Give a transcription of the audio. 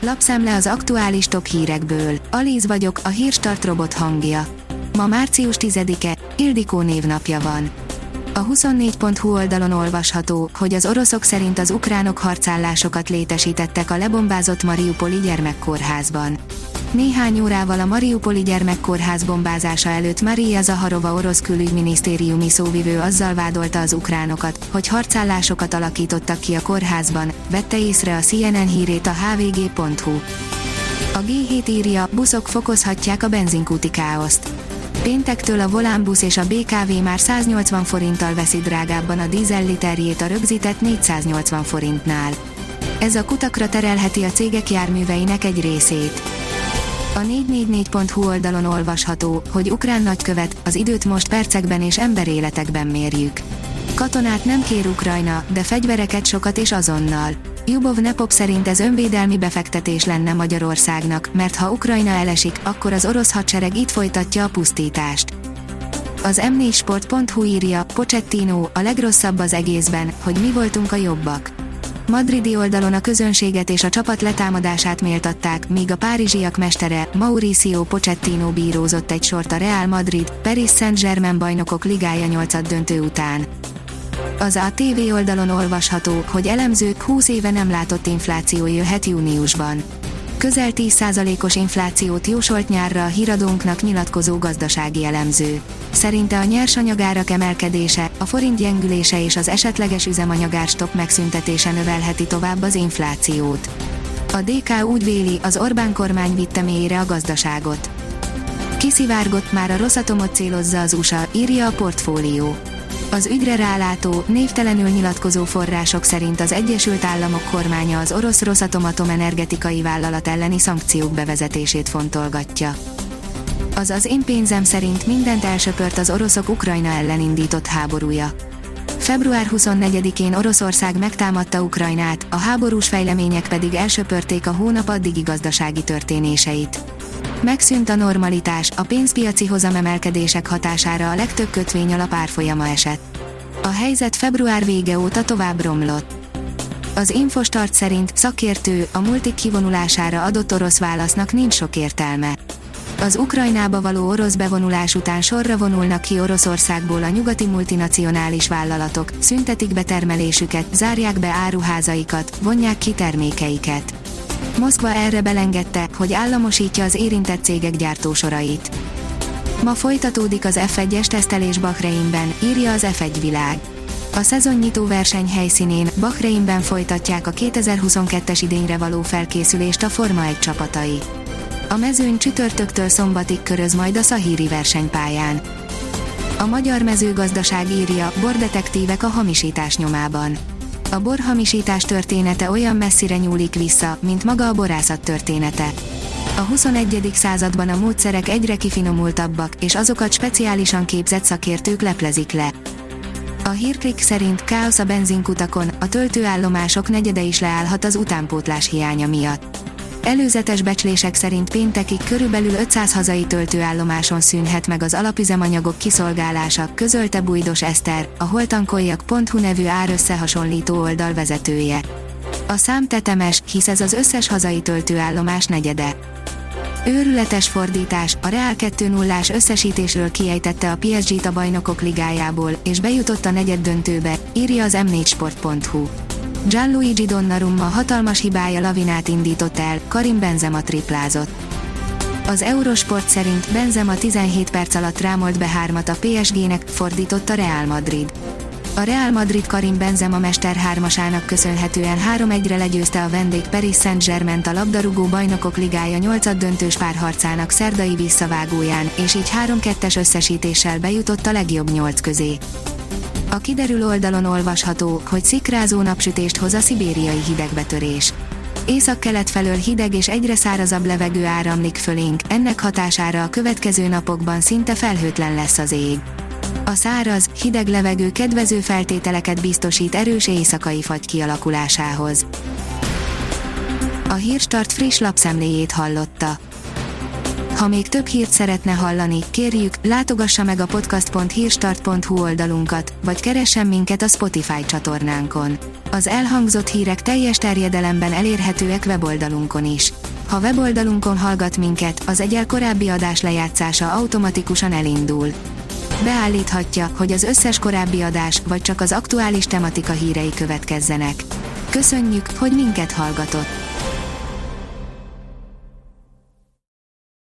Lapszemle az aktuális top hírekből. Alíz vagyok, a Hírstart robot hangja. Ma március 10-e, Ildikó névnapja van. A 24.hu oldalon olvasható, hogy az oroszok szerint az ukránok harcállásokat létesítettek a lebombázott mariupoli gyermekkórházban. Néhány órával a mariupoli gyermekkórház bombázása előtt Maria Zaharova orosz külügyminisztériumi szóvivő azzal vádolta az ukránokat, hogy harcállásokat alakítottak ki a kórházban, vette észre a CNN hírét a hvg.hu. A G7 írja, buszok fokozhatják a benzinkúti káoszt. Péntektől a Volánbusz és a BKV már 180 forinttal veszi drágábban a dízel literjét a rögzített 480 forintnál. Ez a kutakra terelheti a cégek járműveinek egy részét. A 444.hu oldalon olvasható, hogy ukrán nagykövet, az időt most percekben és emberéletekben mérjük. Katonát nem kér Ukrajna, de fegyvereket sokat és azonnal. Lyubov Nepop szerint ez önvédelmi befektetés lenne Magyarországnak, mert ha Ukrajna elesik, akkor az orosz hadsereg itt folytatja a pusztítást. Az m4sport.hu írja, Pochettino, a legrosszabb az egészben, hogy mi voltunk a jobbak. Madridi oldalon a közönséget és a csapat letámadását méltatták, míg a párizsiak mestere, Mauricio Pochettino bírózott egy sort a Real Madrid, Paris Saint-Germain bajnokok ligája 8-döntő után. Az ATV oldalon olvasható, hogy elemzők 20 éve nem látott infláció jöhet júniusban. Közel 10%-os inflációt jósolt nyárra a híradónknak nyilatkozó gazdasági elemző. Szerinte a nyersanyagárak emelkedése, a forint gyengülése és az esetleges üzemanyagárstopp megszüntetése növelheti tovább az inflációt. A DK úgy véli, az Orbán kormány vitte mélyre a gazdaságot. Kiszivárgott, már a Rosatomot célozza az USA, írja a Portfólió. Az ügyre rálátó, névtelenül nyilatkozó források szerint az Egyesült Államok kormánya az orosz Rosatom atomenergetikai vállalat elleni szankciók bevezetését fontolgatja. Az én pénzem szerint mindent elsöpört az oroszok Ukrajna ellen indított háborúja. Február 24-én Oroszország megtámadta Ukrajnát, a háborús fejlemények pedig elsöpörték a hónap addigi gazdasági történéseit. Megszűnt a normalitás, a pénzpiaci hozamemelkedések hatására a legtöbb kötvényalap árfolyama esett. A helyzet február vége óta tovább romlott. Az Infostart szerint szakértő, a multik kivonulására adott orosz válasznak nincs sok értelme. Az Ukrajnába való orosz bevonulás után sorra vonulnak ki Oroszországból a nyugati multinacionális vállalatok, szüntetik be termelésüket, zárják be áruházaikat, vonják ki termékeiket. Moszkva erre belengedte, hogy államosítja az érintett cégek gyártósorait. Ma folytatódik az F1-es tesztelés Bahreinben, írja az F1 világ. A szezonnyitó verseny helyszínén, Bahreinben folytatják a 2022-es idényre való felkészülést a Forma 1 csapatai. A mezőny csütörtöktől szombatig köröz majd a szahíri versenypályán. A magyar mezőgazdaság írja, bordetektívek a hamisítás nyomában. A borhamisítás története olyan messzire nyúlik vissza, mint maga a borászat története. A 21. században a módszerek egyre kifinomultabbak, és azokat speciálisan képzett szakértők leplezik le. A Hírklik szerint káosz a benzinkutakon, a töltőállomások negyede is leállhat az utánpótlás hiánya miatt. Előzetes becslések szerint péntekig körülbelül 500 hazai töltőállomáson szűnhet meg az alapüzemanyagok kiszolgálása, közölte Bújdos Eszter, a holtankoljak.hu nevű árösszehasonlító oldal vezetője. A szám tetemes, hisz ez az összes hazai töltőállomás negyede. Őrületes fordítás, a Real 2-0-ás összesítésről kiejtette a PSG-t a Bajnokok Ligájából, és bejutott a negyeddöntőbe, írja az m4sport.hu. Gianluigi Donnarumma hatalmas hibája lavinát indított el, Karim Benzema triplázott. Az Eurosport szerint Benzema 17 perc alatt rámolt be 3-at a PSG-nek, fordított a Real Madrid. A Real Madrid Karim Benzema mester 3-asának köszönhetően 3-1-re legyőzte a vendég Paris Saint-Germaint a labdarúgó Bajnokok Ligája 8-döntős párharcának szerdai visszavágóján, és így 3-2-es összesítéssel bejutott a legjobb 8 közé. A kiderül oldalon olvasható, hogy szikrázó napsütést hoz a szibériai hidegbetörés. Északkelet felől hideg és egyre szárazabb levegő áramlik fölénk, ennek hatására a következő napokban szinte felhőtlen lesz az ég. A száraz, hideg levegő kedvező feltételeket biztosít erős éjszakai fagy kialakulásához. A Hírstart friss lapszemléjét hallotta. Ha még több hírt szeretne hallani, kérjük, látogassa meg a podcast.hírstart.hu oldalunkat, vagy keressen minket a Spotify csatornánkon. Az elhangzott hírek teljes terjedelemben elérhetőek weboldalunkon is. Ha weboldalunkon hallgat minket, az egyel korábbi adás lejátszása automatikusan elindul. Beállíthatja, hogy az összes korábbi adás, vagy csak az aktuális tematika hírei következzenek. Köszönjük, hogy minket hallgatott!